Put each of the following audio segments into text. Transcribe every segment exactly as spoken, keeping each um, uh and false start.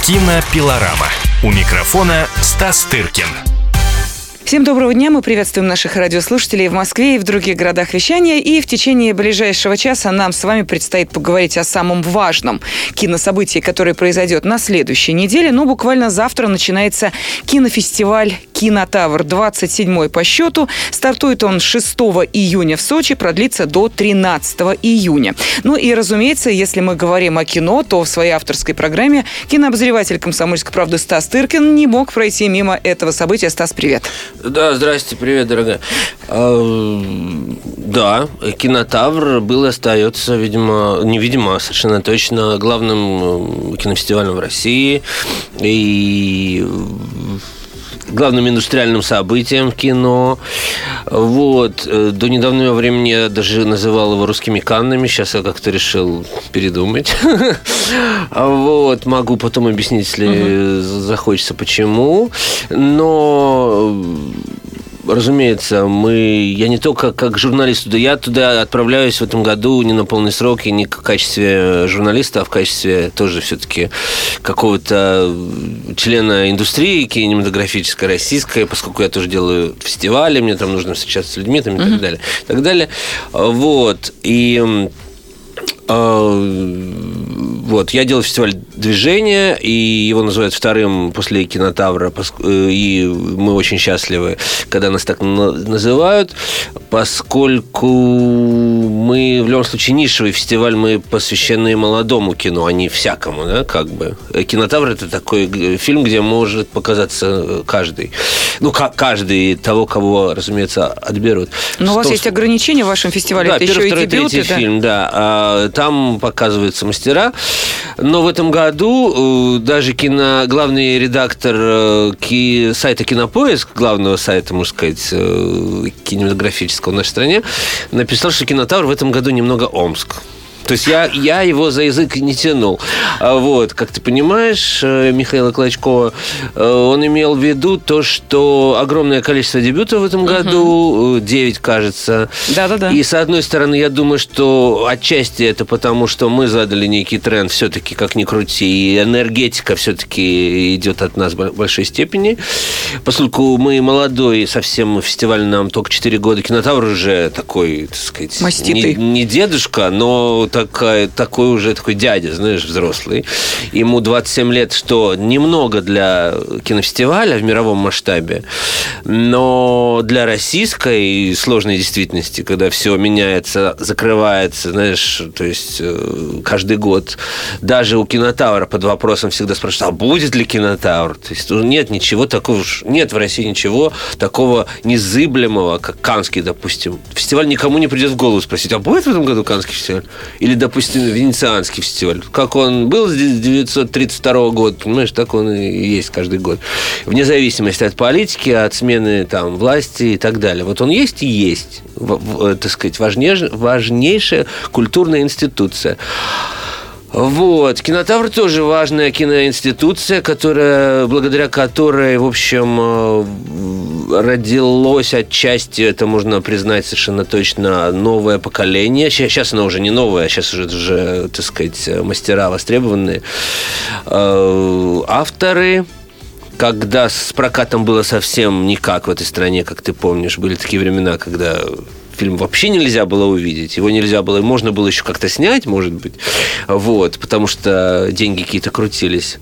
Кинопилорама. У микрофона Стас Тыркин. Всем доброго дня. Мы приветствуем наших радиослушателей в Москве и в других городах вещания. И в течение ближайшего часа нам с вами предстоит поговорить о самом важном кинособытии, которое произойдет на следующей неделе. Но буквально завтра начинается кинофестиваль «Кинотавр», двадцать седьмой по счету. Стартует он шестого июня в Сочи, продлится до тринадцатого июня. Ну и, разумеется, если мы говорим о кино, то в своей авторской программе кинообозреватель «Комсомольской правды» Стас Тыркин не мог пройти мимо этого события. Стас, привет. Да, здрасте, привет, дорогая. А, да, «Кинотавр» был и остается, видимо, невидимо, совершенно точно, главным кинофестивалем в России и главным индустриальным событием в кино. Вот. До недавнего времени я даже называл его русскими Каннами. Сейчас я как-то решил передумать. Вот. Могу потом объяснить, если захочется, почему. Но... Разумеется, мы, я не только как журналист туда, я туда отправляюсь в этом году не на полный срок и не в качестве журналиста, а в качестве тоже все-таки какого-то члена индустрии кинематографической, российской, поскольку я тоже делаю фестивали, мне там нужно встречаться с людьми там, и mm-hmm. так далее, и так далее. Вот. И... Вот, я делаю фестиваль движения, и его называют вторым после «Кинотавра», и мы очень счастливы, когда нас так называют, поскольку мы, в любом случае, нишевый фестиваль, мы посвящены молодому кино, а не всякому, да, как бы. «Кинотавр» — это такой фильм, где может показаться каждый. Ну, как каждый, того, кого, разумеется, отберут. Но у вас есть ограничения в вашем фестивале? Да, это первый, еще второй, и дебюты, третий да? фильм, да. Там показываются мастера. Но в этом году даже кино, главный редактор ки, сайта «Кинопоиск», главного сайта, можно сказать, кинематографического в нашей стране, написал, что «Кинотавр» в этом году немного Омск. То есть я, я его за язык не тянул. Вот, как ты понимаешь, Михаила Клочкова, он имел в виду то, что огромное количество дебютов в этом году, uh-huh. девять, кажется. Да-да-да. И, с одной стороны, я думаю, что отчасти это потому, что мы задали некий тренд все-таки, как ни крути, и энергетика все-таки идет от нас в большой степени. Поскольку мы молодой, совсем фестиваль нам только четыре года, «Кинотавр» уже такой, так сказать, маститый. Не, не дедушка, но такой, такой уже такой дядя, знаешь, взрослый. Ему двадцать семь лет, что немного для кинофестиваля в мировом масштабе, но для российской сложной действительности, когда все меняется, закрывается, знаешь, то есть каждый год даже у «Кинотавра» под вопросом всегда спрашивают, а будет ли «Кинотавр»? То есть нет ничего такого, нет в России ничего такого незыблемого, как Каннский, допустим. Фестиваль никому не придет в голову спросить, а будет в этом году Каннский фестиваль? Или, допустим, Венецианский фестиваль. Как он был с девятьсот тридцать второго года, понимаешь, так он и есть каждый год. Вне зависимости от политики, от смены там, власти и так далее. Вот он есть и есть, в, в, так сказать, важнейшая, важнейшая культурная институция. Вот. «Кинотавр» тоже важная киноинституция, которая, благодаря которой, в общем, родилось отчасти, это можно признать совершенно точно, новое поколение. Сейчас оно уже не новое, сейчас уже, уже так сказать, мастера востребованные. Авторы. Когда с прокатом было совсем никак в этой стране, как ты помнишь, были такие времена, когда фильм вообще нельзя было увидеть, его нельзя было, можно было еще как-то снять, может быть, вот, потому что деньги какие-то крутились.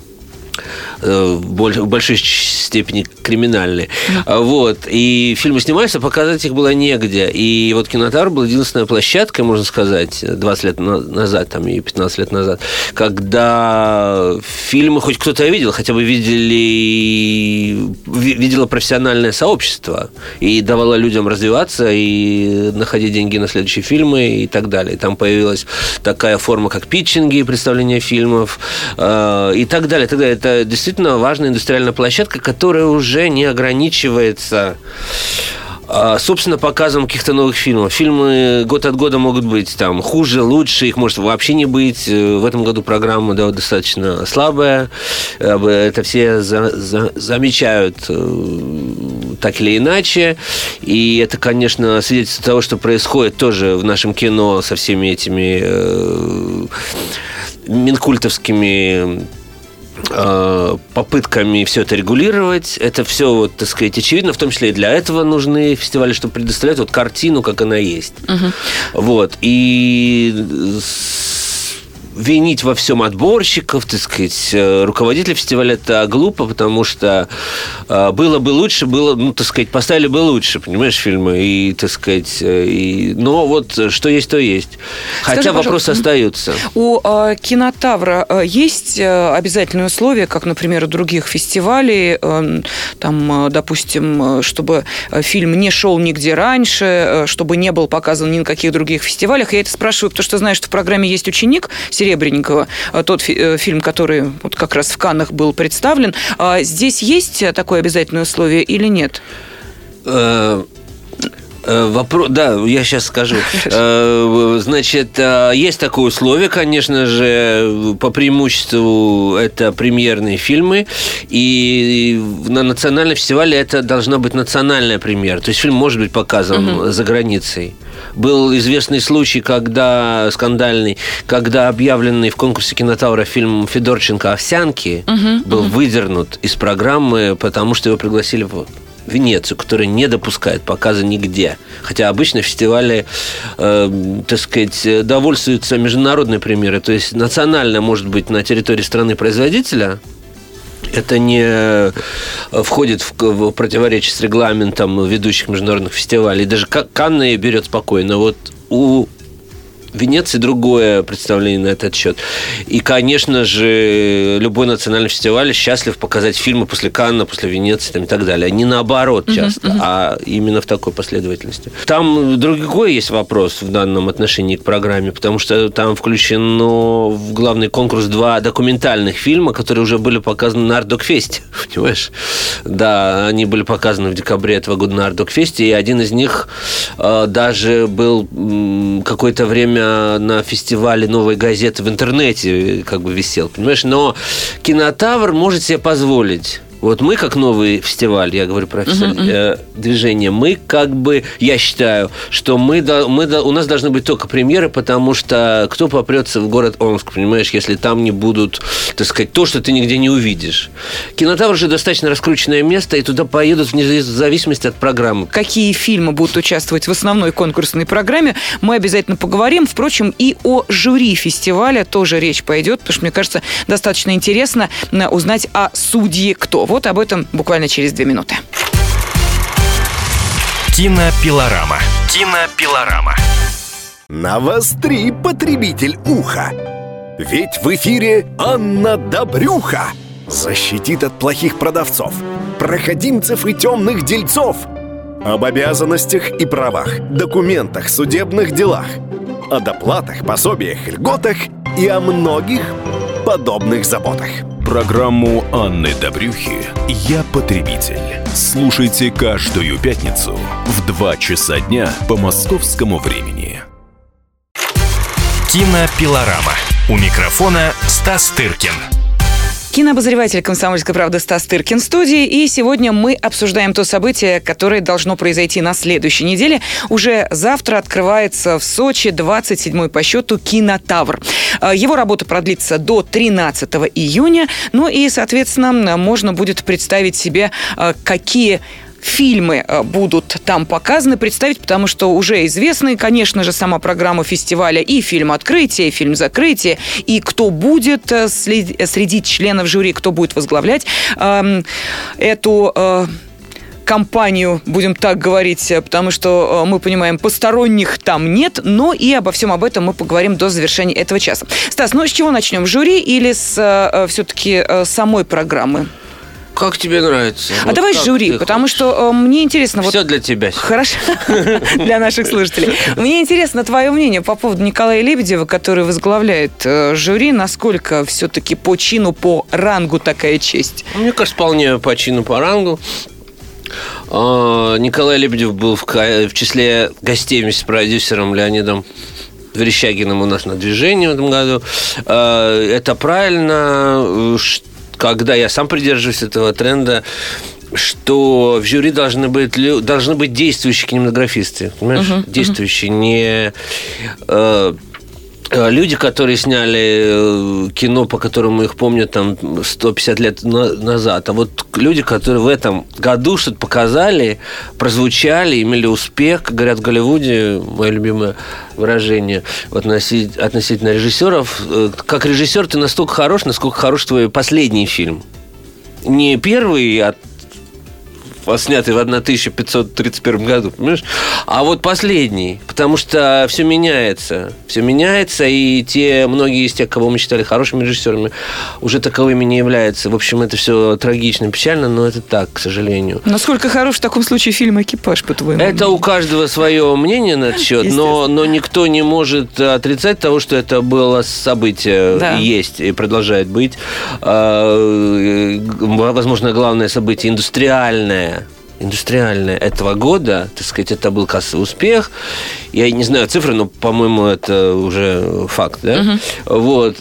В большой степени криминальные. Вот. И фильмы снимались, а показать их было негде. И вот «Кинотавр» был единственная площадка, можно сказать, двадцать лет назад там, и пятнадцать лет назад, когда фильмы хоть кто-то видел, хотя бы видели, видело профессиональное сообщество и давало людям развиваться и находить деньги на следующие фильмы и так далее. И там появилась такая форма, как питчинги, представление фильмов и так далее. Тогда это действительно важная индустриальная площадка, которая уже не ограничивается, собственно, показом каких-то новых фильмов. Фильмы год от года могут быть там хуже, лучше, их может вообще не быть. В этом году программа, да, достаточно слабая. Это все за, за, замечают так или иначе. И это, конечно, свидетельство того, что происходит тоже в нашем кино со всеми этими э, минкультовскими попытками все это регулировать. Это все, вот, так сказать, очевидно. В том числе и для этого нужны фестивали, чтобы предоставлять вот картину, как она есть. Uh-huh. Вот. И винить во всем отборщиков, так сказать, руководителей фестиваля, это глупо, потому что было бы лучше, было, ну, так сказать, поставили бы лучше, понимаешь, фильмы, и, так сказать, и... но вот что есть, то есть. Хотя Скажи, вопросы остаются. У э, Кинотавра э, есть э, обязательные условия, как, например, у других фестивалей, э, там, э, допустим, э, чтобы фильм не шел нигде раньше, э, чтобы не был показан ни на каких других фестивалях. Я это спрашиваю, потому что знаю, что в программе есть «Ученик» Серебренникова, тот фи- фильм, который вот как раз в Каннах был представлен. А здесь есть такое обязательное условие или нет? Вопрос, да, я сейчас скажу. Хорошо. Значит, есть такое условие, конечно же, по преимуществу это премьерные фильмы, и на национальном фестивале это должна быть национальная премьера, то есть фильм может быть показан угу. за границей. Был известный случай, когда скандальный, когда объявленный в конкурсе Кинотавра фильм Федорченко «Овсянки» угу, был угу. выдернут из программы, потому что его пригласили в Венецию, которая не допускает показа нигде. Хотя обычно фестивали, э, так сказать, довольствуются международной премьерой. То есть национальная может быть на территории страны-производителя. Это не входит в, в противоречие с регламентом ведущих международных фестивалей. Даже Канны берет спокойно. Вот у Венеции другое представление на этот счет. И, конечно же, любой национальный фестиваль счастлив показать фильмы после Канна, после Венеции там, и так далее. Не наоборот часто, uh-huh, uh-huh. а именно в такой последовательности. Там другой есть вопрос в данном отношении к программе, потому что там включено в главный конкурс два документальных фильма, которые уже были показаны на Артдокфесте. Понимаешь? Да, они были показаны в декабре этого года на Артдокфесте, и один из них э, даже был м, какое-то время на фестивале «Новой газеты» в интернете как бы висел, понимаешь? Но Кинотавр может себе позволить. Вот мы, как новый фестиваль, я говорю про uh-huh, uh-huh. движение, мы как бы, я считаю, что мы, мы, у нас должны быть только премьеры, потому что кто попрется в город Омск, понимаешь, если там не будут, так сказать, то, что ты нигде не увидишь. Кинотавр же достаточно раскрученное место, и туда поедут вне зависимости от программы. Какие фильмы будут участвовать в основной конкурсной программе, мы обязательно поговорим. Впрочем, и о жюри фестиваля тоже речь пойдет, потому что, мне кажется, достаточно интересно узнать о судьи кто. Вот об этом буквально через две минуты. Кинопилорама. Кинопилорама. Навостри, потребитель уха. Ведь в эфире Анна Добрюха защитит от плохих продавцов, проходимцев и темных дельцов. Об обязанностях и правах, документах, судебных делах, о доплатах, пособиях, льготах и о многих подобных заботах. Программу Анны Добрюхи «Я потребитель». Слушайте каждую пятницу в два часа дня по московскому времени. Кинопилорама. У микрофона Стас Тыркин. Кинообозреватель «Комсомольской правды» Стас Тыркин в студии. И сегодня мы обсуждаем то событие, которое должно произойти на следующей неделе. Уже завтра открывается в Сочи двадцать седьмой по счету «Кинотавр». Его работа продлится до тринадцатого июня. Ну и, соответственно, можно будет представить себе, какие фильмы будут там показаны, представить, потому что уже известны, конечно же, сама программа фестиваля, и фильм открытия, и фильм закрытия, и кто будет среди членов жюри, кто будет возглавлять э, эту э, компанию, будем так говорить, потому что мы понимаем, посторонних там нет, но и обо всем об этом мы поговорим до завершения этого часа. Стас, ну с чего начнем? Жюри или с э, все-таки э, самой программы? Как тебе нравится? А вот давай жюри, потому хочешь? что э, мне интересно... Все вот... для тебя. Хорошо, для наших слушателей. Мне интересно твое мнение по поводу Николая Лебедева, который возглавляет э, жюри. Насколько все-таки по чину, по рангу такая честь? Мне кажется, вполне по чину, по рангу. Николай Лебедев был в, в числе гостей вместе с продюсером Леонидом Верещагиным у нас на движении в этом году. Это правильно, когда я сам придерживаюсь этого тренда, что в жюри должны быть, должны быть действующие кинематографисты, понимаешь? Uh-huh, действующие, uh-huh. не... Люди, которые сняли кино, по которому их помнят там сто пятьдесят лет назад, а вот люди, которые в этом году что-то показали, прозвучали, имели успех, как говорят в Голливуде, мое любимое выражение относительно режиссеров, как режиссер ты настолько хорош, насколько хорош твой последний фильм. Не первый, а снятый в тысяча пятьсот тридцать первом году, понимаешь? А вот последний, потому что все меняется. Все меняется, и те, многие из тех, кого мы считали хорошими режиссерами, уже таковыми не являются. В общем, это все трагично, печально, но это так, к сожалению. Насколько хорош в таком случае фильм «Экипаж», по-твоему? Это у каждого свое мнение на этот счет, но, но никто не может отрицать того, что это было событие, да. Есть и продолжает быть. Возможно, главное событие индустриальное. Индустриальное этого года, так сказать, это был кассовый успех. Я не знаю цифры, но, по-моему, это уже факт, да? Uh-huh. Вот.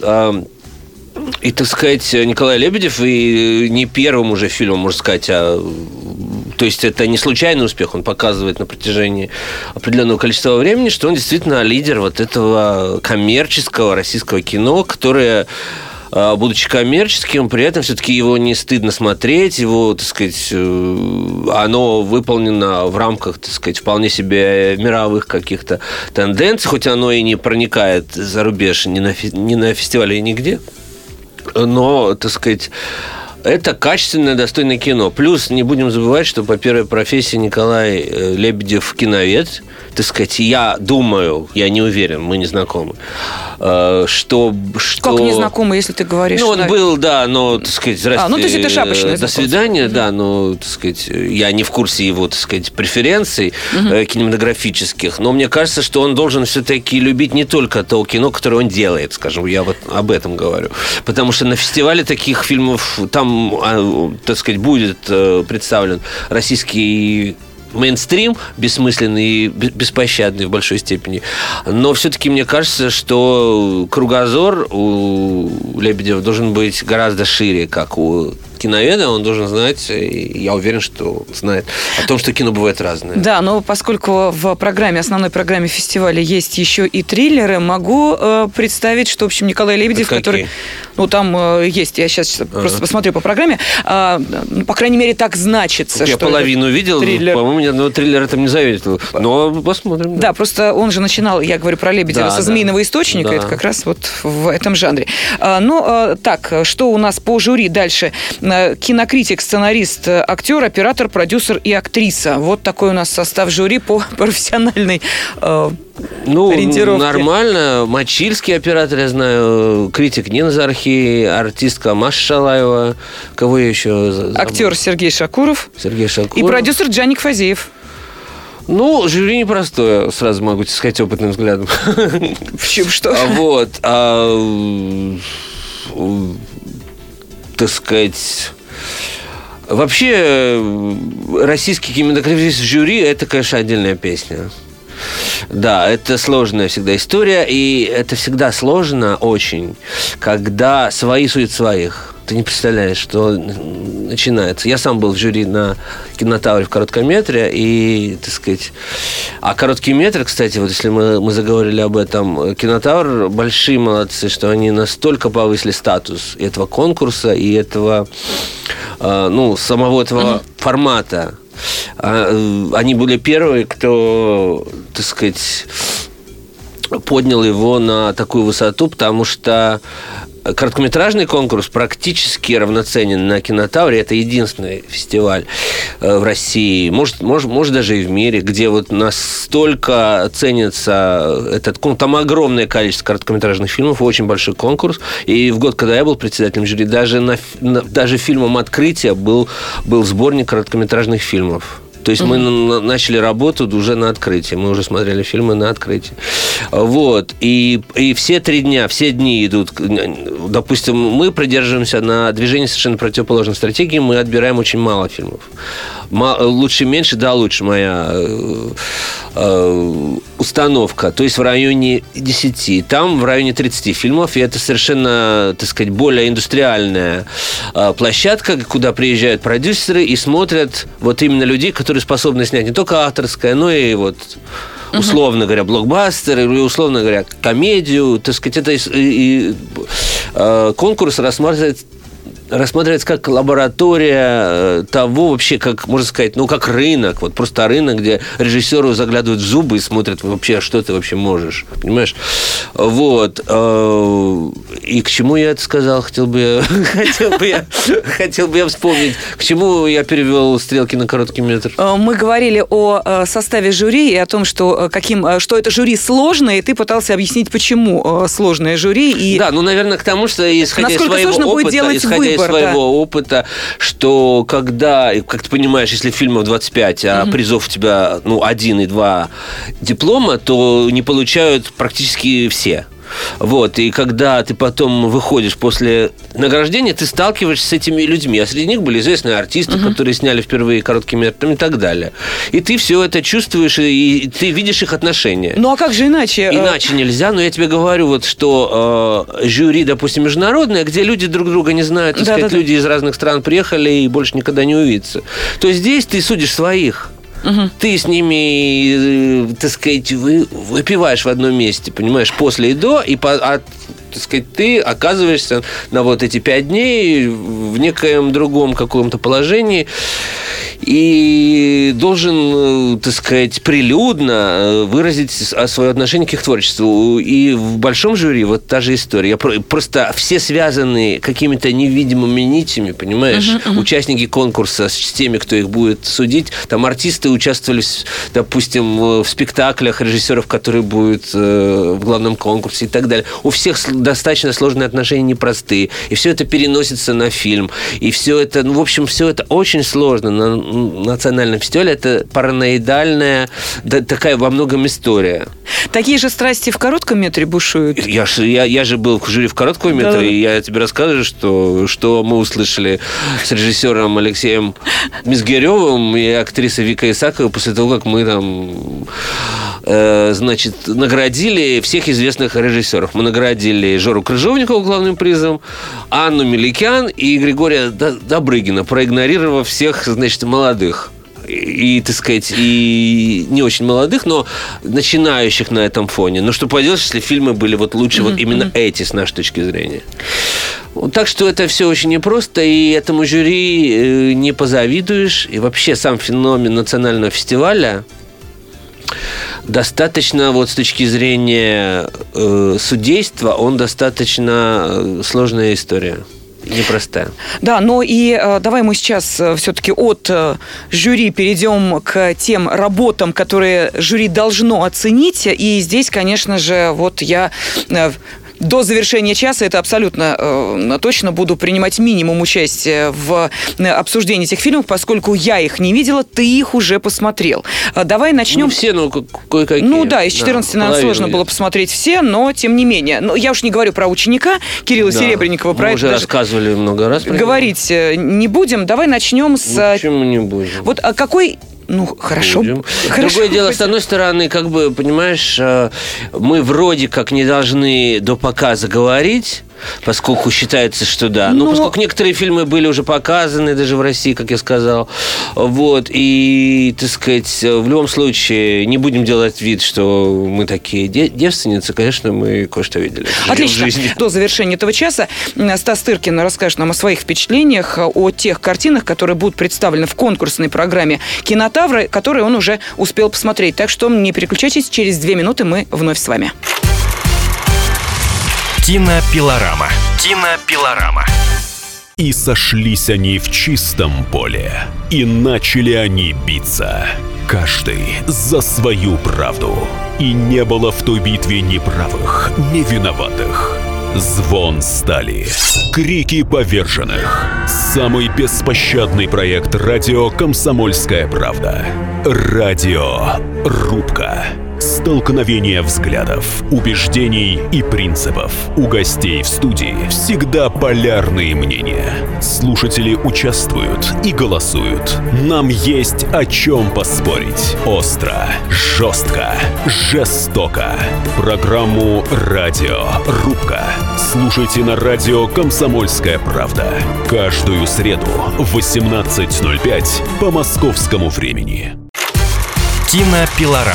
И, так сказать, Николай Лебедев и не первым уже фильмом, можно сказать, а... То есть это не случайный успех, он показывает на протяжении определенного количества времени, что он действительно лидер вот этого коммерческого российского кино, которое, будучи коммерческим, при этом все-таки его не стыдно смотреть, его, так сказать, оно выполнено в рамках, так сказать, вполне себе мировых каких-то тенденций, хоть оно и не проникает за рубеж ни на, ни на фестивале, и нигде, но, так сказать, это качественное, достойное кино. Плюс не будем забывать, что по первой профессии Николай Лебедев киновед. Так сказать, я думаю, я не уверен, мы не знакомы, что... что... Как не знакомы, если ты говоришь? Ну, он на... был, да, но, так сказать, здрасте, а, ну, то есть это шапочное. До свидания, да, но, так сказать, я не в курсе его, так сказать, преференций uh-huh. кинематографических, но мне кажется, что он должен все-таки любить не только то кино, которое он делает, скажем, я вот об этом говорю. Потому что на фестивале таких фильмов, там, так сказать, будет представлен российский мейнстрим, бессмысленный и беспощадный в большой степени. Но все-таки мне кажется, что кругозор у Лебедева должен быть гораздо шире, как у киноведа. Он должен знать, и я уверен, что знает о том, что кино бывает разное. Да, но поскольку в программе, основной программе фестиваля есть еще и триллеры, могу э, представить, что, в общем, Николай Лебедев, который... Ну, там э, есть, я сейчас ага. просто посмотрю по программе, э, ну, по крайней мере, так значится. Я что половину видел, триллер... по-моему, ни одного триллера там не заметил. Но посмотрим. Да. да, просто он же начинал, я говорю про Лебедева, да, со «Змеиного да. источника», да. это как раз вот в этом жанре. А, ну, а, так, что у нас по жюри дальше? Кинокритик, сценарист, актер, оператор, продюсер и актриса. Вот такой у нас состав жюри по профессиональной э, ну, ориентировке. Нормально. Мачильский оператор, я знаю, критик Нина Зархи, артистка Маша Шалаева. Кого я еще забыл? Актер Сергей Шакуров. Сергей Шакуров. И продюсер Джаник Фазеев. Ну, жюри непростое, сразу могу тебе сказать опытным взглядом. Почему? Что? Вот. А, так сказать... Вообще, российский кинематографист в жюри – это, конечно, отдельная песня. Да, это сложная всегда история, и это всегда сложно очень, когда свои судят своих. Ты не представляешь, что начинается. Я сам был в жюри на кинотавре в короткометре, и, так сказать... А короткий метр, кстати, вот если мы, мы заговорили об этом, кинотавр большие молодцы, что они настолько повысили статус этого конкурса и этого, ну, самого этого uh-huh. формата. Они были первые, кто, так сказать, поднял его на такую высоту, потому что короткометражный конкурс практически равноценен на кинотавре. Это единственный фестиваль в России, может, может, может даже и в мире, где вот настолько ценится этот конкурс. Там огромное количество короткометражных фильмов, очень большой конкурс. И в год, когда я был председателем жюри, даже, на, на, даже фильмом «Открытие» был, был сборник короткометражных фильмов. То есть мы mm-hmm. начали работу уже на открытии. Мы уже смотрели фильмы на открытии. Вот. И, и все три дня, все дни идут... Допустим, мы придерживаемся на движении совершенно противоположной стратегии. Мы отбираем очень мало фильмов. Лучше меньше, да, лучше моя э, э, установка. То есть в районе десяти. Там в районе тридцати фильмов. И это совершенно, так сказать, более индустриальная э, площадка, куда приезжают продюсеры и смотрят вот именно людей, которые способны снять не только авторское, но и вот условно говоря, блокбастер или, условно говоря, комедию. Так сказать, это и, и, э, конкурс рассматривается рассматривается как лаборатория того вообще, как, можно сказать, ну, как рынок, вот просто рынок, где режиссеру заглядывают в зубы и смотрят вообще, что ты вообще можешь, понимаешь? Вот. И к чему я это сказал? Хотел бы я, хотел бы я, хотел бы я вспомнить, к чему я перевел стрелки на короткий метр. Мы говорили о составе жюри и о том, что, каким, что это жюри сложное, и ты пытался объяснить, почему сложное жюри. И... Да, ну, наверное, к тому, что исходя из своего сложно опыта, будет делать исходя выбор, из своего да. опыта, что когда, как ты понимаешь, если фильмов двадцать пять, а mm-hmm. призов у тебя ну, один и два диплома, то не получают практически все. Вот, и когда ты потом выходишь после награждения, ты сталкиваешься с этими людьми. А среди них были известные артисты, uh-huh. которые сняли впервые короткий метр и так далее. И ты все это чувствуешь, и ты видишь их отношения. Ну, а как же иначе? Иначе нельзя, но я тебе говорю, вот, что э, жюри, допустим, международное, где люди друг друга не знают, так да, сказать, да, люди да. из разных стран приехали и больше никогда не увидятся. То здесь ты судишь своих. Угу. Ты с ними, так сказать, вы, выпиваешь в одном месте, понимаешь, после и до, и по, а, так сказать, ты оказываешься на вот эти пять дней в некоем другом каком-то положении и должен, так сказать, прилюдно выразить свое отношение к их творчеству. И в большом жюри вот та же история. Просто все связаны какими-то невидимыми нитями, понимаешь? Uh-huh, uh-huh. Участники конкурса с теми, кто их будет судить. Там артисты участвовали, допустим, в спектаклях режиссеров, которые будут в главном конкурсе и так далее. У всех достаточно сложные отношения, непростые. И все это переносится на фильм. И все это, ну, в общем, все это очень сложно. На национальном фестивале это параноидальная, да, такая во многом история. Такие же страсти в коротком метре бушуют? Я, я, я же был в жюри в коротком метре, да. И я тебе рассказываю, что, что мы услышали с режиссером Алексеем Мизгиревым и актрисой Викой Исаковой после того, как мы там, э, значит, наградили всех известных режиссеров. Мы наградили Жору Крыжовникова главным призом, Анну Меликян и Григория Добрыгина, проигнорировав всех, значит, молодых. И, так сказать, и не очень молодых, но начинающих на этом фоне. Но что поделаешь, если фильмы были вот лучше, mm-hmm. вот именно эти, с нашей точки зрения. Так что это все очень непросто, и этому жюри не позавидуешь. И вообще сам феномен национального фестиваля достаточно, вот с точки зрения э, судейства, он достаточно сложная история. Непростая. Да, но и э, давай мы сейчас э, все-таки от э, жюри перейдем к тем работам, которые жюри должно оценить. И здесь, конечно же, вот я... Э, До завершения часа это абсолютно э, точно буду принимать минимум участия в э, обсуждении этих фильмов, поскольку я их не видела, ты их уже посмотрел. Э, давай начнем. Ну, все, ну, кое-какие. Ну, да, из четырнадцати, да, наверное, сложно видел. Было посмотреть все, но тем не менее. Ну, я уж не говорю про ученика Кирилла да. Серебренникова. Про Мы это уже рассказывали много раз. Говорить не будем. Давай начнем с... Ну, почему не будем? Вот а какой... Ну, хорошо. хорошо. Другое дело, с одной стороны, как бы, понимаешь, мы вроде как не должны до показа говорить, поскольку считается, что да. Но, Но поскольку некоторые фильмы были уже показаны, даже в России, как я сказал. Вот. И, так сказать, в любом случае, не будем делать вид, что мы такие девственницы. Конечно, мы кое-что видели. Отлично. До завершения этого часа Стас Тыркин расскажет нам о своих впечатлениях, о тех картинах, которые будут представлены в конкурсной программе «Кинотавры», которые он уже успел посмотреть. Так что не переключайтесь, через две минуты мы вновь с вами. Кинопилорама. Кинопилорама. И сошлись они в чистом поле, и начали они биться, каждый за свою правду. И не было в той битве ни правых, ни виноватых. Звон стали, крики поверженных. Самый беспощадный проект радио «Комсомольская правда». Радиорубка. Столкновение взглядов, убеждений и принципов. У гостей в студии всегда полярные мнения. Слушатели участвуют и голосуют. Нам есть о чем поспорить. Остро, жестко, жестоко. Программу «Радиорубка» слушайте на радио «Комсомольская правда». Каждую среду в восемнадцать ноль пять по московскому времени. Кинопилорама.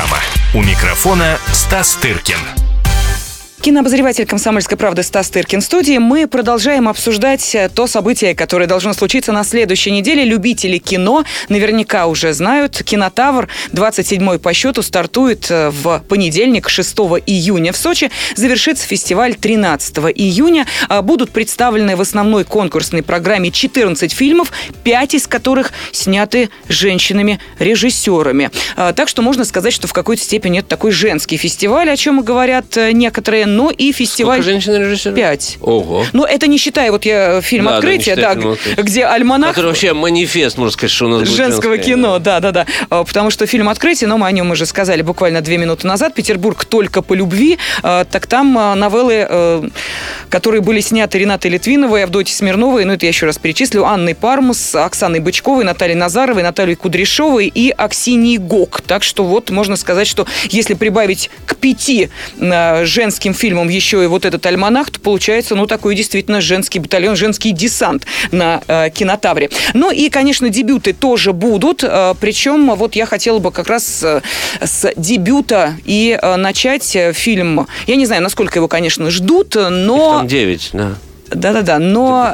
У микрофона Стас Тыркин. Кинообозреватель «Комсомольской правды» Стас Тыркин в студии. Мы продолжаем обсуждать то событие, которое должно случиться на следующей неделе. Любители кино наверняка уже знают. «Кинотавр» двадцать седьмой по счету стартует в понедельник, шестого июня в Сочи. Завершится фестиваль тринадцатого июня. Будут представлены в основной конкурсной программе четырнадцать фильмов, пять из которых сняты женщинами-режиссерами. Так что можно сказать, что в какой-то степени это такой женский фестиваль, о чем говорят некоторые. Но и фестиваль... Сколько женщин-режиссеров? Пять. Ого. Но это не считая, вот я фильм да, «Открытие», да, да, где альманах... Который вообще манифест, можно сказать, что у нас будет женского женское. кино, да-да-да. Потому что фильм «Открытие», но мы о нем уже сказали буквально две минуты назад, «Петербург только по любви», так там новеллы, которые были сняты Ренатой Литвиновой, Авдотьей Смирновой, ну это я еще раз перечислю, Анной Пармус, Оксаной Бычковой, Натальей Назаровой, Натальей Кудряшовой и Аксиньей Гок. Так что вот можно сказать, что если прибавить к пяти женским фильмам еще и вот этот альманах, то получается, ну, такой действительно женский батальон, женский десант на э, кинотавре. Ну и, конечно, дебюты тоже будут, э, причем вот я хотела бы как раз э, с дебюта и э, начать фильм. Я не знаю, насколько его, конечно, ждут, но... Их там девять, да. Да-да-да, но...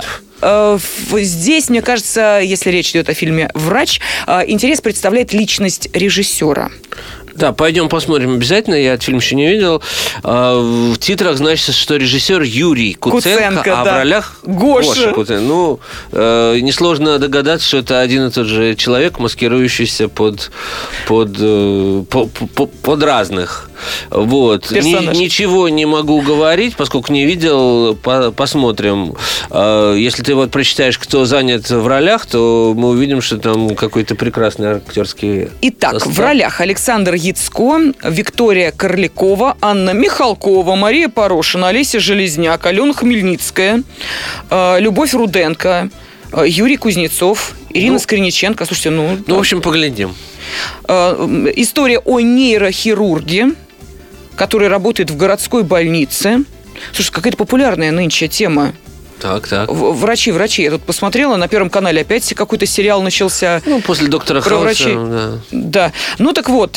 Здесь, мне кажется, если речь идет о фильме «Врач», интерес представляет личность режиссера. Да, пойдем посмотрим обязательно. Я этот фильм еще не видел. В титрах значится, что режиссер Юрий Куценко, Куценко а да. в ролях Гоша. Гоша Куценко. Ну, э, несложно догадаться, что это один и тот же человек, маскирующийся под, под, э, по, по, под разных. Вот. Ни, ничего не могу говорить, поскольку не видел. По, посмотрим. Э, если ты вот прочитаешь, кто занят в ролях, то мы увидим, что там какой-то прекрасный актерский Итак, состав. в ролях Александр Яцко, Виктория Корлякова, Анна Михалкова, Мария Порошина, Олеся Железняк, Алена Хмельницкая, Любовь Руденко, Юрий Кузнецов, Ирина ну, Скриниченко. Слушайте, ну... Ну, в общем, поглядим. История о нейрохирурге, который работает в городской больнице. Слушай, какая-то популярная нынче тема. Так, так. Врачи, врачи. Я тут посмотрела, на Первом канале опять какой-то сериал начался. Ну, после «Доктора про Хауса», врачей. Да. Да. Ну, так вот,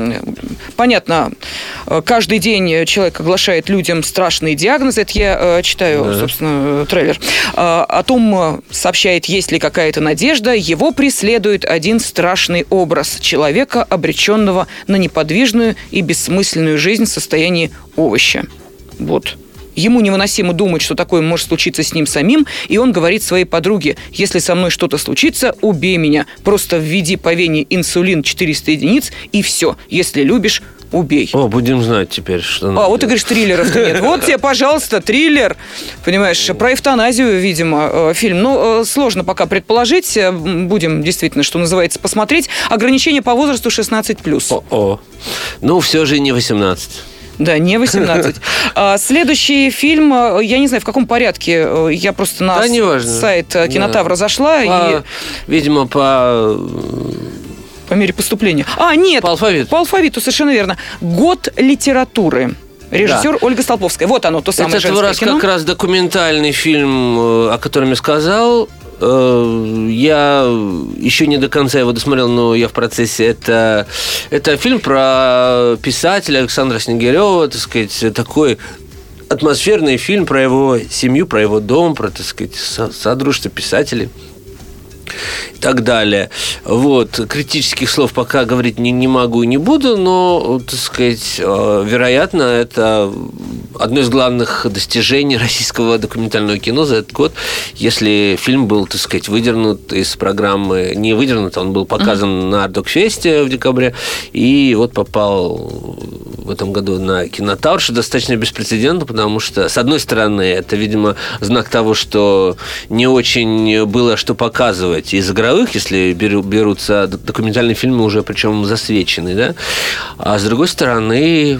понятно, каждый день человек оглашает людям страшные диагнозы. Это я читаю, да. собственно, трейлер. О том сообщает, есть ли какая-то надежда. Его преследует один страшный образ человека, обреченного на неподвижную и бессмысленную жизнь в состоянии овоща. Вот. Ему невыносимо думать, что такое может случиться с ним самим, и он говорит своей подруге: если со мной что-то случится, убей меня. Просто введи по вене инсулин четыреста единиц, и все. Если любишь, убей. О, будем знать теперь, что... А, вот ты говоришь, триллеров-то нет. Вот тебе, пожалуйста, триллер. Понимаешь, про эвтаназию, видимо, фильм. Ну, сложно пока предположить. Будем, действительно, что называется, посмотреть. Ограничение по возрасту шестнадцать плюс. О-о. Ну, все же не восемнадцать. Да, не восемнадцать. А, следующий фильм, я не знаю, в каком порядке. Я просто на да, сайт Кинотавра да. зашла. По, и... Видимо, по... По мере поступления. А, нет. По алфавиту. По алфавиту, совершенно верно. «Год литературы». Режиссер да. Ольга Столповская. Вот оно, то самое это женское раз кино. как раз документальный фильм, о котором я сказал. Я еще не до конца его досмотрел, но я в процессе. Это, это фильм про писателя Александра Снегирева, так сказать, такой атмосферный фильм про его семью, про его дом, про, так сказать, содружество писателей и так далее. Вот. Критических слов пока говорить не, не могу и не буду, но, так сказать, вероятно, это одно из главных достижений российского документального кино за этот год, если фильм был, так сказать, выдернут из программы, не выдернут, он был показан mm-hmm. на Ардокфесте в декабре, и вот попал в этом году на Кинотавр, что достаточно беспрецедентно, потому что, с одной стороны, это, видимо, знак того, что не очень было что показывать из игровых, если берутся документальные фильмы уже, причем засвеченные, да, а с другой стороны,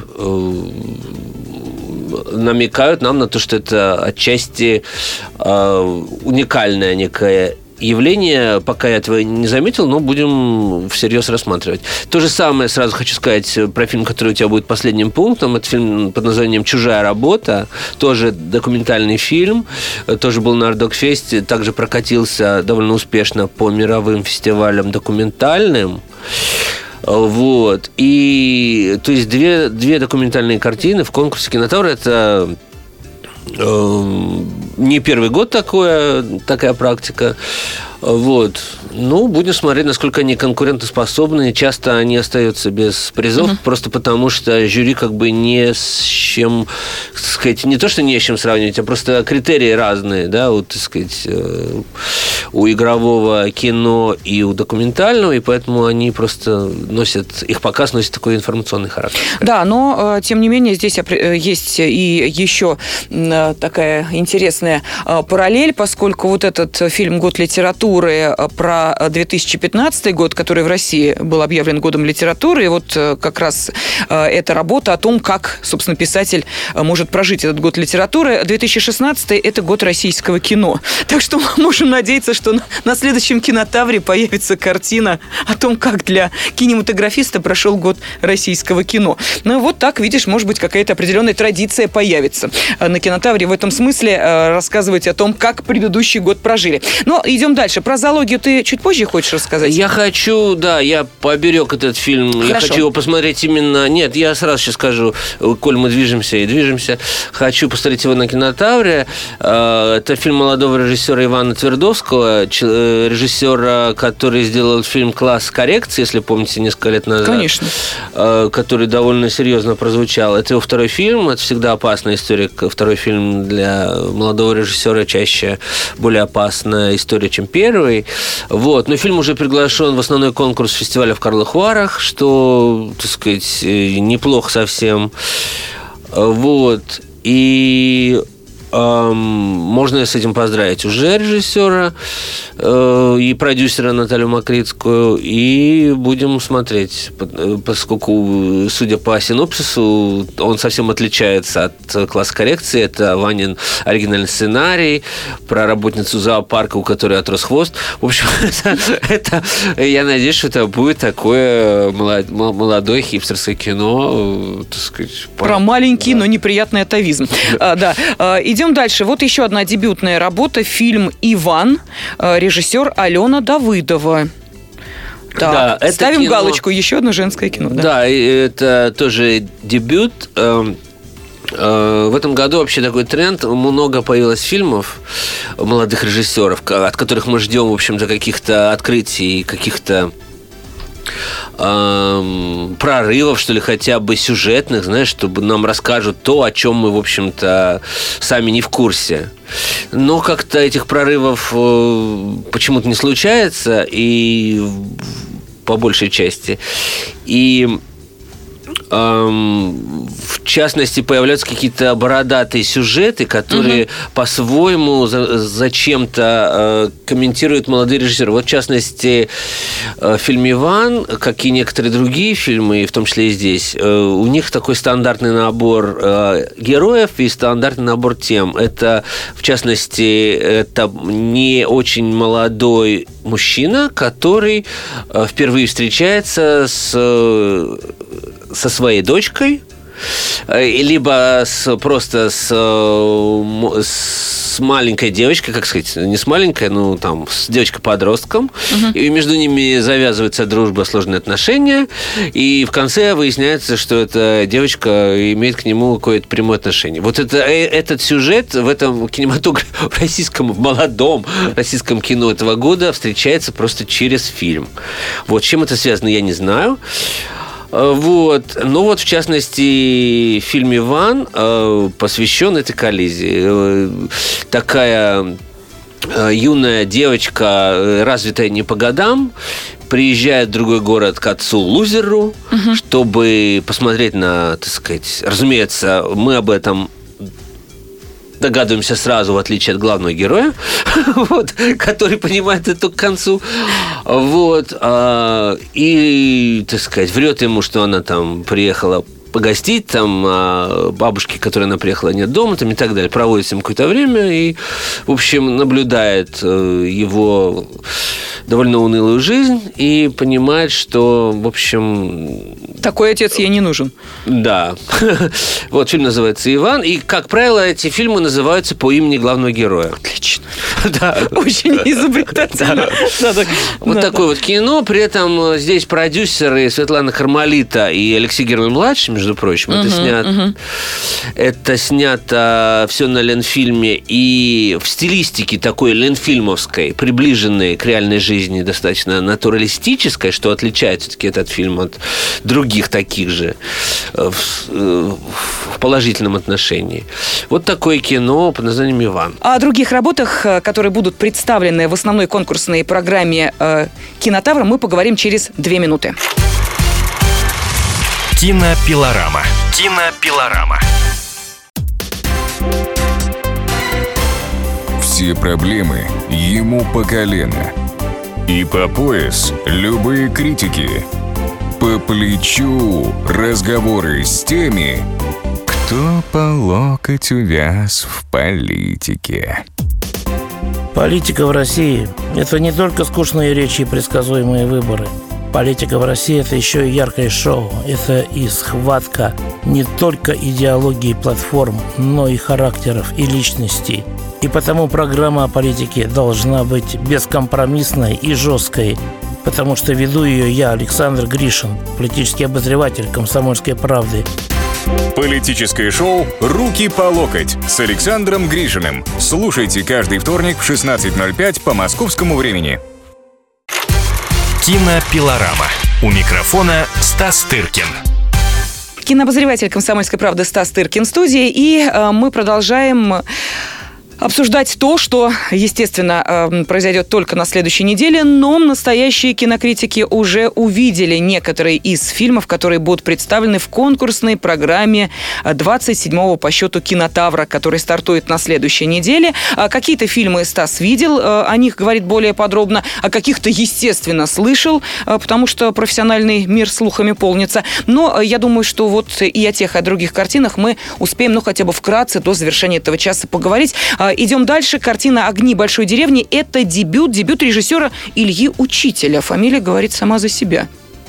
намекают нам на то, что это отчасти уникальная некая явление, пока я этого не заметил, но будем всерьез рассматривать. То же самое сразу хочу сказать про фильм, который у тебя будет последним пунктом. Это фильм под названием «Чужая работа». Тоже документальный фильм. Тоже был на Ардокфесте. Также прокатился довольно успешно по мировым фестивалям документальным. Вот. И, то есть, две, две документальные картины в конкурсе «Кинотавр». Это э, не первый год такое, такая практика. Вот. Ну, будем смотреть, насколько они конкурентоспособны. Часто они остаются без призов, uh-huh. просто потому что жюри как бы не с чем, так сказать, не то, что не с чем сравнивать, а просто критерии разные, да, вот, так сказать, у игрового кино и у документального, и поэтому они просто носят, их показ носит такой информационный характер. Да, но, тем не менее, здесь есть и еще такая интересная параллель, поскольку вот этот фильм «Год литературы» про две тысячи пятнадцатый год, который в России был объявлен годом литературы, и вот как раз эта работа о том, как, собственно, писатель может прожить этот год литературы. две тысячи шестнадцатый – это год российского кино. Так что мы можем надеяться, что на следующем «Кинотавре» появится картина о том, как для кинематографиста прошел год российского кино. Ну вот так, видишь, может быть, какая-то определенная традиция появится на «Кинотавре» в этом смысле рассказывать о том, как предыдущий год прожили. Но идем дальше. Про зоологию ты чуть позже хочешь рассказать? Я хочу, да, я поберег этот фильм. Хорошо. Я хочу его посмотреть именно... Нет, я сразу сейчас скажу, коль мы движемся и движемся, хочу посмотреть его на «Кинотавре». Это фильм молодого режиссера Ивана Твердовского, режиссера, который сделал фильм «Класс коррекции», если помните, несколько лет назад. Конечно. Который довольно серьезно прозвучал. Это его второй фильм. Это всегда опасная история. Второй фильм для молодого режиссера чаще более опасная история, чем первый. Вот. Но фильм уже приглашен в основной конкурс фестиваля в Карловых Варах, что, так сказать, неплохо совсем. Вот. И эм, можно с этим поздравить уже режиссера э, и продюсера Наталью Макритскую. И будем смотреть, поскольку, судя по синопсису, он совсем отличается от «Класса коррекции». Это Ванин оригинальный сценарий про работницу зоопарка, у которой отрос хвост. В общем, это, это, я надеюсь, что это будет такое молодое хипстерское кино, так сказать. Про маленький, да. но неприятный атовизм. А, да. Идем дальше. Вот еще одна дебютная работа. Фильм «Иван». Режиссер Алена Давыдова. Так, да, ставим кино... галочку. Еще одно женское кино. Да, да, это тоже дебют. В этом году вообще такой тренд. Много появилось фильмов молодых режиссеров, от которых мы ждем, в общем-то, каких-то открытий, каких-то эм, прорывов, что ли, хотя бы сюжетных, знаешь, чтобы нам расскажут то, о чем мы, в общем-то, сами не в курсе. Но как-то этих прорывов э, почему-то не случается, и по большей части. И в частности, появляются какие-то бородатые сюжеты, которые угу. по-своему за- зачем-то э, комментируют молодые режиссеры. Вот, в частности, э, в фильме «Иван», как и некоторые другие фильмы, в том числе и здесь, э, у них такой стандартный набор э, героев и стандартный набор тем. Это, в частности, это не очень молодой мужчина, который э, впервые встречается с... со своей дочкой, либо с, просто с, с маленькой девочкой, как сказать, не с маленькой, ну, там, с девочкой-подростком, uh-huh. и между ними завязывается дружба, сложные отношения, и в конце выясняется, что эта девочка имеет к нему какое-то прямое отношение. Вот это, этот сюжет в этом кинематографе, в российском, в молодом российском кино этого года встречается просто через фильм. Вот, с чем это связано, я не знаю. Вот. Ну вот, в частности, фильм «Иван» э, посвящен этой коллизии. Э, такая э, юная девочка, развитая не по годам, приезжает в другой город к отцу-лузеру, угу. чтобы посмотреть на, так сказать, разумеется, мы об этом догадываемся сразу, в отличие от главного героя, вот, который понимает это только к концу. Вот, а, и, так сказать, врет ему, что она там приехала погостить, там, а бабушки, к которой она приехала, нет дома, там, и так далее. Проводит с ним какое-то время и, в общем, наблюдает его довольно унылую жизнь и понимает, что, в общем... Такой отец ей не нужен. Да. Вот фильм называется «Иван». И, как правило, эти фильмы называются по имени главного героя. Отлично. Да. Очень изобретательно. Вот такое вот кино. При этом здесь продюсеры Светлана Кармалита и Алексей Герман-младший, между прочим. Это снято... Это снято все на Ленфильме и в стилистике такой ленфильмовской, приближенной к реальной жизни, достаточно натуралистической, что отличает все-таки этот фильм от других таких же в, в положительном отношении. Вот такое кино под названием «Иван». О других работах, которые будут представлены в основной конкурсной программе «Кинотавр», мы поговорим через две минуты. Кинопилорама. Кинопилорама. Все проблемы ему по колено. И по пояс любые критики. По плечу разговоры с теми, кто по локоть увяз в политике. Политика в России – это не только скучные речи и предсказуемые выборы. Политика в России – это еще и яркое шоу. Это и схватка не только идеологии и платформ, но и характеров и личностей. И потому программа о политике должна быть бескомпромиссной и жесткой, потому что веду ее я, Александр Гришин, политический обозреватель «Комсомольской правды». Политическое шоу «Руки по локоть» с Александром Гришиным. Слушайте каждый вторник в шестнадцать ноль пять по московскому времени. Кинопилорама. У микрофона Стас Тыркин. Кинообозреватель «Комсомольской правды» Стас Тыркин в студии. И э, мы продолжаем обсуждать то, что, естественно, произойдет только на следующей неделе, но настоящие кинокритики уже увидели некоторые из фильмов, которые будут представлены в конкурсной программе двадцать седьмого по счету «Кинотавра», который стартует на следующей неделе. Какие-то фильмы Стас видел, о них говорит более подробно, а каких-то, естественно, слышал, потому что профессиональный мир слухами полнится. Но я думаю, что вот и о тех, и о других картинах мы успеем, ну, хотя бы вкратце до завершения этого часа поговорить. Идем дальше. Картина «Огни большой деревни» – это дебют, дебют режиссера Ильи Учителя. Фамилия говорит сама за себя.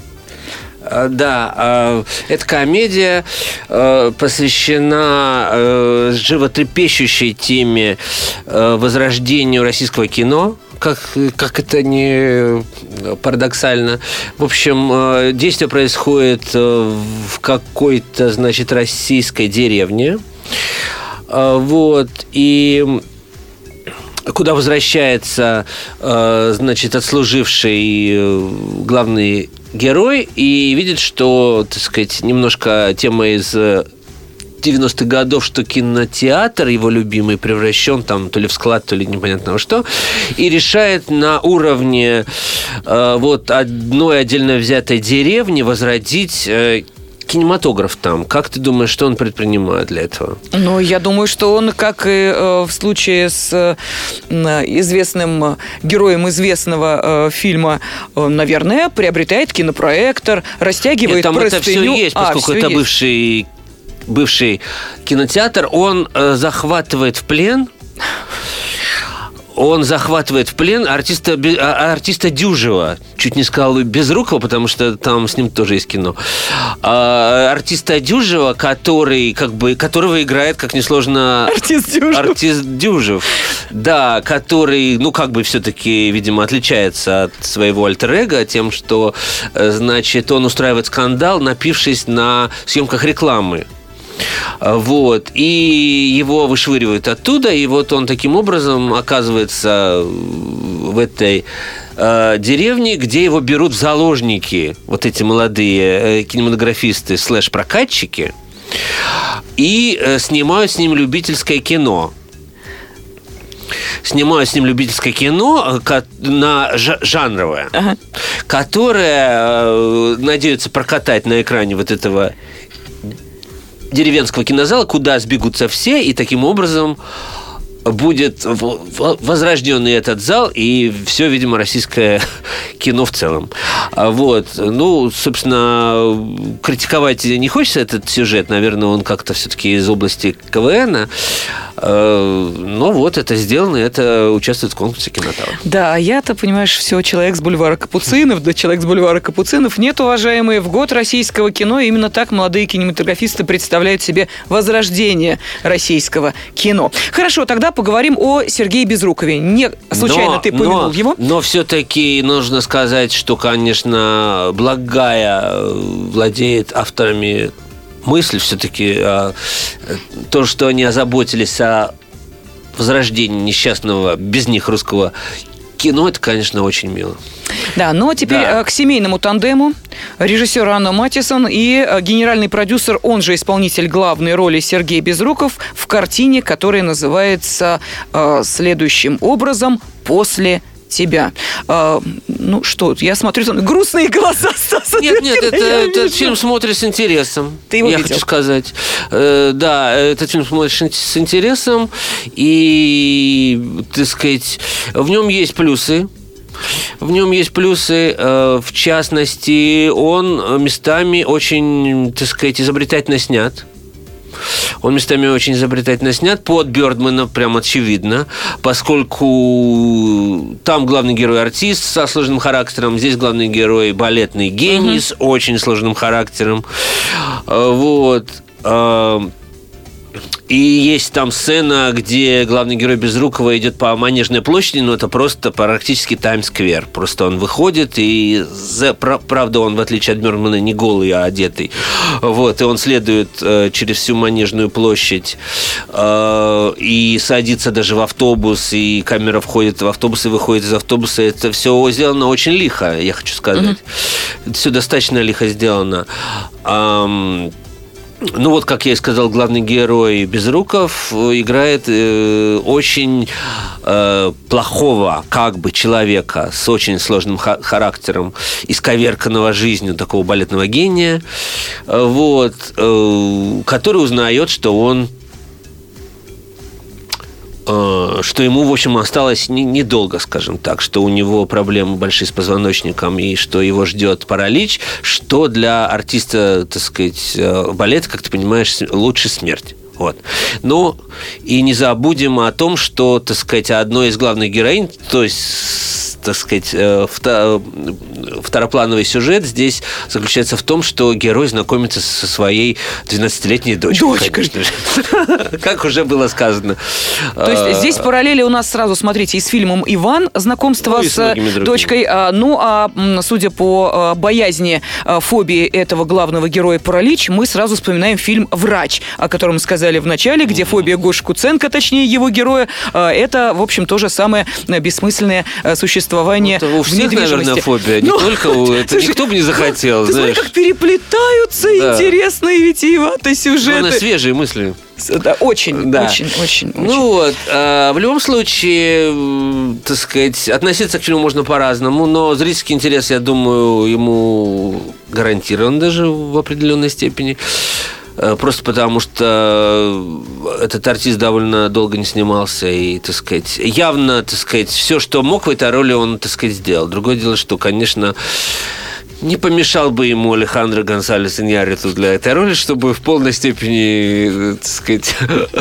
Да, эта комедия посвящена животрепещущей теме возрождению российского кино. Как, как это не парадоксально. В общем, действие происходит в какой-то, значит, российской деревне. Вот, и куда возвращается, значит, отслуживший главный герой и видит, что, так сказать, немножко тема из девяностых годов, что кинотеатр, его любимый, превращен там то ли в склад, то ли непонятно во что, и решает на уровне вот одной отдельно взятой деревни возродить кинематограф там. Как ты думаешь, что он предпринимает для этого? Ну, я думаю, что он, как и э, в случае с э, известным героем известного э, фильма, э, наверное, приобретает кинопроектор, растягивает Нет, там простыню. это все есть, поскольку а, это есть. бывший, бывший кинотеатр. Он э, захватывает в плен... Он захватывает в плен артиста, артиста Дюжева. Чуть не сказал Безрукова, потому что там с ним тоже есть кино. А, артиста Дюжева, который, как бы, которого играет, как несложно... Артист Дюжев. Артист Дюжев. Да, который, ну, как бы все-таки, видимо, отличается от своего альтер-эго тем, что, значит, он устраивает скандал, напившись на съемках рекламы. Вот. И его вышвыривают оттуда, и вот он таким образом оказывается в этой э, деревне, где его берут в заложники вот эти молодые э, кинематографисты слэш-прокатчики и э, снимают с ним любительское кино. Снимаю с ним любительское кино на жанровое, ага. которое надеются прокатать на экране вот этого деревенского кинозала, куда сбегутся все, и таким образом будет возрожденный этот зал и все, видимо, российское кино в целом. Вот. Ну, собственно, критиковать не хочется этот сюжет. Наверное, он как-то все-таки из области КВНа. Ну вот, это сделано, это участвует в конкурсе «Кинотавр». Да, я-то, понимаешь, все, человек с бульвара Капуцинов, да человек с бульвара Капуцинов. Нет, уважаемые, в год российского кино именно так молодые кинематографисты представляют себе возрождение российского кино. Хорошо, тогда поговорим о Сергее Безрукове. Не случайно но, ты помянул но, его? Но все-таки нужно сказать, что, конечно, Благая владеет авторами мысль все-таки, то, что они озаботились о возрождении несчастного без них русского кино, это, конечно, очень мило. Да, но теперь да. к семейному тандему. Режиссер Анна Матисон и генеральный продюсер, он же исполнитель главной роли Сергей Безруков в картине, которая называется э, следующим образом «После тебя». А, ну что, я смотрю, там грустные глаза Стаса. Нет, нет, это, этот фильм смотришь с интересом. Ты его я видел? хочу сказать. Э, да, этот фильм смотришь с интересом, и, так сказать, в нем есть плюсы. В нем есть плюсы, э, в частности, он местами очень, так сказать, изобретательно снят. Он местами очень изобретательно снят, под Бёрдмана, прям очевидно, поскольку там главный герой артист со сложным характером, здесь главный герой балетный гений с uh-huh. очень сложным характером. Вот. И есть там сцена, где главный герой Безрукова идет по Манежной площади, но это просто практически Таймс-сквер. Просто он выходит, и, правда, он, в отличие от Бёрдмана, не голый, а одетый. Вот, и он следует э, через всю Манежную площадь э, и садится даже в автобус, и камера входит в автобус и выходит из автобуса. Это все сделано очень лихо, я хочу сказать. Mm-hmm. Это все достаточно лихо сделано. Эм, Ну вот, как я и сказал, главный герой Безруков играет э, очень э, плохого как бы человека с очень сложным ха- характером, исковерканного жизнью такого балетного гения, э, вот, э, который узнает, что он что ему, в общем, осталось недолго, скажем так, что у него проблемы большие с позвоночником и что его ждет паралич, что для артиста, так сказать, балета, как ты понимаешь, лучше смерть. Вот. Ну, и не забудем о том, что, так сказать, одной из главных героинь, то есть, так сказать, второплановый сюжет здесь заключается в том, что герой знакомится со своей двенадцатилетней дочкой. Дочкой. Как уже было сказано. То есть здесь параллели у нас сразу, смотрите, и с фильмом «Иван» знакомство ну, с дочкой. Ну, а судя по боязни, фобии этого главного героя паралич, мы сразу вспоминаем фильм «Врач», о котором сказали в начале, где фобия Гоши Куценко, точнее его героя, это, в общем, то же самое бессмысленное существование ну, у в всех, недвижимости. наверное, фобия. Не ну, только у этого. Слушай, никто бы не захотел. Ты знаешь. смотри, как переплетаются да. интересные витиеватые сюжеты. Главное, свежие мысли. Да, очень, да. очень, очень, очень. Ну вот, а, в любом случае, так сказать, относиться к фильму можно по-разному, но зрительский интерес, я думаю, ему гарантирован даже в определенной степени. Просто потому, что этот артист довольно долго не снимался, и, так сказать, явно, так сказать, все, что мог в этой роли, он, так сказать, сделал. Другое дело, что, конечно, не помешал бы ему Алехандро Гонсалес Иньярриту для этой роли, чтобы в полной степени, так сказать,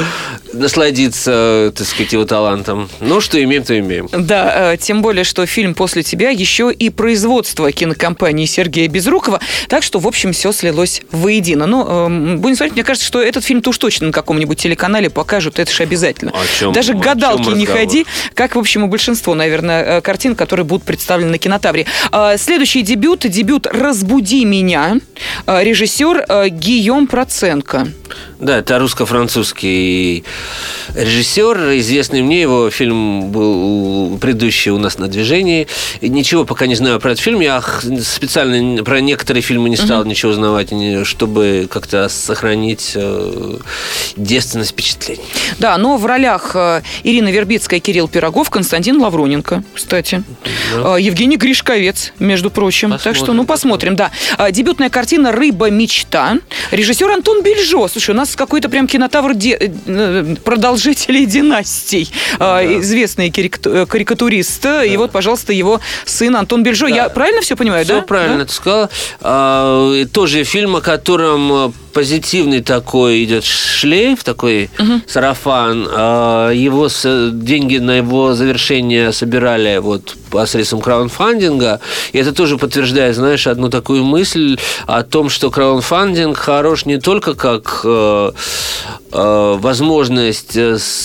насладиться, так сказать, его талантом. Ну, что имеем, то имеем. Да, тем более, что фильм «После тебя» еще и производство кинокомпании Сергея Безрукова, так что, в общем, все слилось воедино. Но, э, будем смотреть, мне кажется, что этот фильм-то уж точно на каком-нибудь телеканале покажут, это же обязательно. О чем, Даже к гадалке не разговор? ходи, как, в общем, и большинство, наверное, картин, которые будут представлены на Кинотавре. Следующий дебют, дебют «Разбуди меня», режиссер Гийом Проценко. Да, это русско-французский режиссер. Известный мне, его фильм был предыдущий у нас на движении. Ничего пока не знаю про этот фильм. Я специально про некоторые фильмы не стал uh-huh. ничего узнавать, чтобы как-то сохранить девственность впечатлений. Да, но в ролях Ирина Вербицкая, Кирилл Пирогов, Константин Лавроненко, кстати. Да. Евгений Гришковец, между прочим. Посмотрим. Так что, ну, посмотрим, да. Дебютная картина «Рыба-мечта». Режиссер Антон Бельжо. Слушай, у нас какой-то прям кинотавр де... продолжителей династий. Да. Известный карикатурист. Да. И вот, пожалуйста, его сын Антон Бельжо. Да. Я правильно все понимаю, все да? Все правильно да? ты сказала. А, тоже фильм, о котором позитивный такой идет шлейф, такой угу. сарафан. Его деньги на его завершение собирали вот посредством краудфандинга. И это тоже подтверждает, знаешь, одну такую мысль о том, что краудфандинг хорош не только как э, э, возможность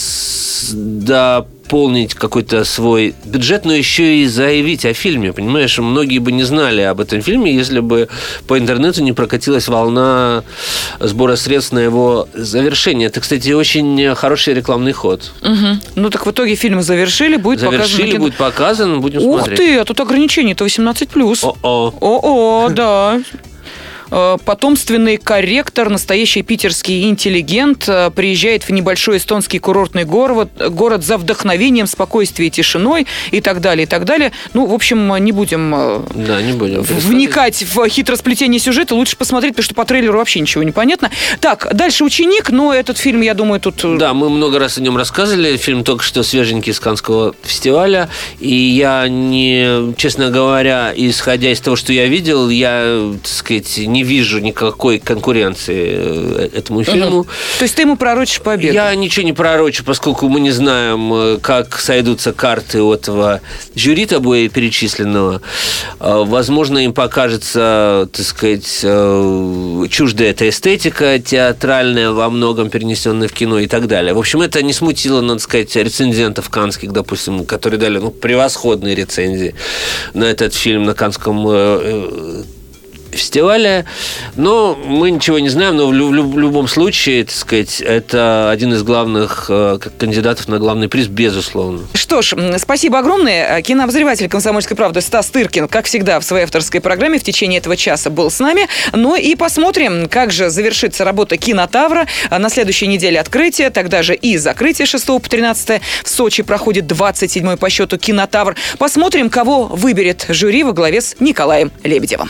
дополнить какой-то свой бюджет, но еще и заявить о фильме. Понимаешь, многие бы не знали об этом фильме, если бы по интернету не прокатилась волна сбора средств на его завершение. Это, кстати, очень хороший рекламный ход. Угу. Ну так в итоге фильм завершили, будет завершили, показан. Завершили, будет показан, будем Ух смотреть. Ух ты, а тут ограничение-то восемнадцать плюс. О-о. О-о, да. Потомственный корректор, настоящий питерский интеллигент, приезжает в небольшой эстонский курортный город, город за вдохновением, спокойствием и тишиной и так далее, и так далее. Ну, в общем, не будем, да, не будем вникать в хитросплетение сюжета. Лучше посмотреть, потому что по трейлеру вообще ничего не понятно. Так, дальше «Ученик», но этот фильм, я думаю, тут... Да, мы много раз о нем рассказывали. Фильм только что свеженький из Каннского фестиваля. И я, не, честно говоря, исходя из того, что я видел, я, так сказать, не вижу никакой конкуренции этому фильму. Угу. То есть ты ему пророчишь победу? Я ничего не пророчу, поскольку мы не знаем, как сойдутся карты у этого жюри тобой перечисленного. Возможно, им покажется, так сказать, чуждая эта эстетика театральная, во многом перенесенная в кино и так далее. В общем, это не смутило, надо сказать, рецензентов каннских, допустим, которые дали ну, превосходные рецензии на этот фильм на Каннском фестиваля, но мы ничего не знаем, но в, люб- в любом случае, так сказать, это один из главных э, кандидатов на главный приз, безусловно. Что ж, спасибо огромное. Кинообозреватель «Комсомольской правды» Стас Тыркин, как всегда, в своей авторской программе в течение этого часа был с нами. Ну и посмотрим, как же завершится работа «Кинотавра». На следующей неделе открытие, тогда же и закрытие шестого по тринадцатое. В Сочи проходит двадцать седьмой по счету «Кинотавр». Посмотрим, кого выберет жюри во главе с Николаем Лебедевым.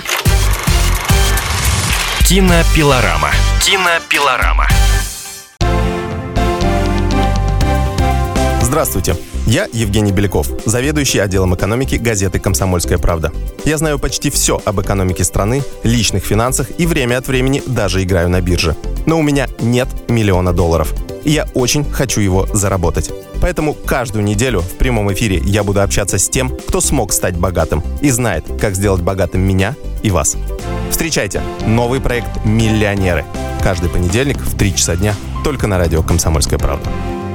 Кинопилорама. Кинопилорама. Здравствуйте. Я Евгений Беляков, заведующий отделом экономики газеты «Комсомольская правда». Я знаю почти все об экономике страны, личных финансах и время от времени даже играю на бирже. Но у меня нет миллиона долларов. И я очень хочу его заработать. Поэтому каждую неделю в прямом эфире я буду общаться с тем, кто смог стать богатым и знает, как сделать богатым меня и вас. Встречайте новый проект «Миллионеры». Каждый понедельник в три часа дня только на радио «Комсомольская правда».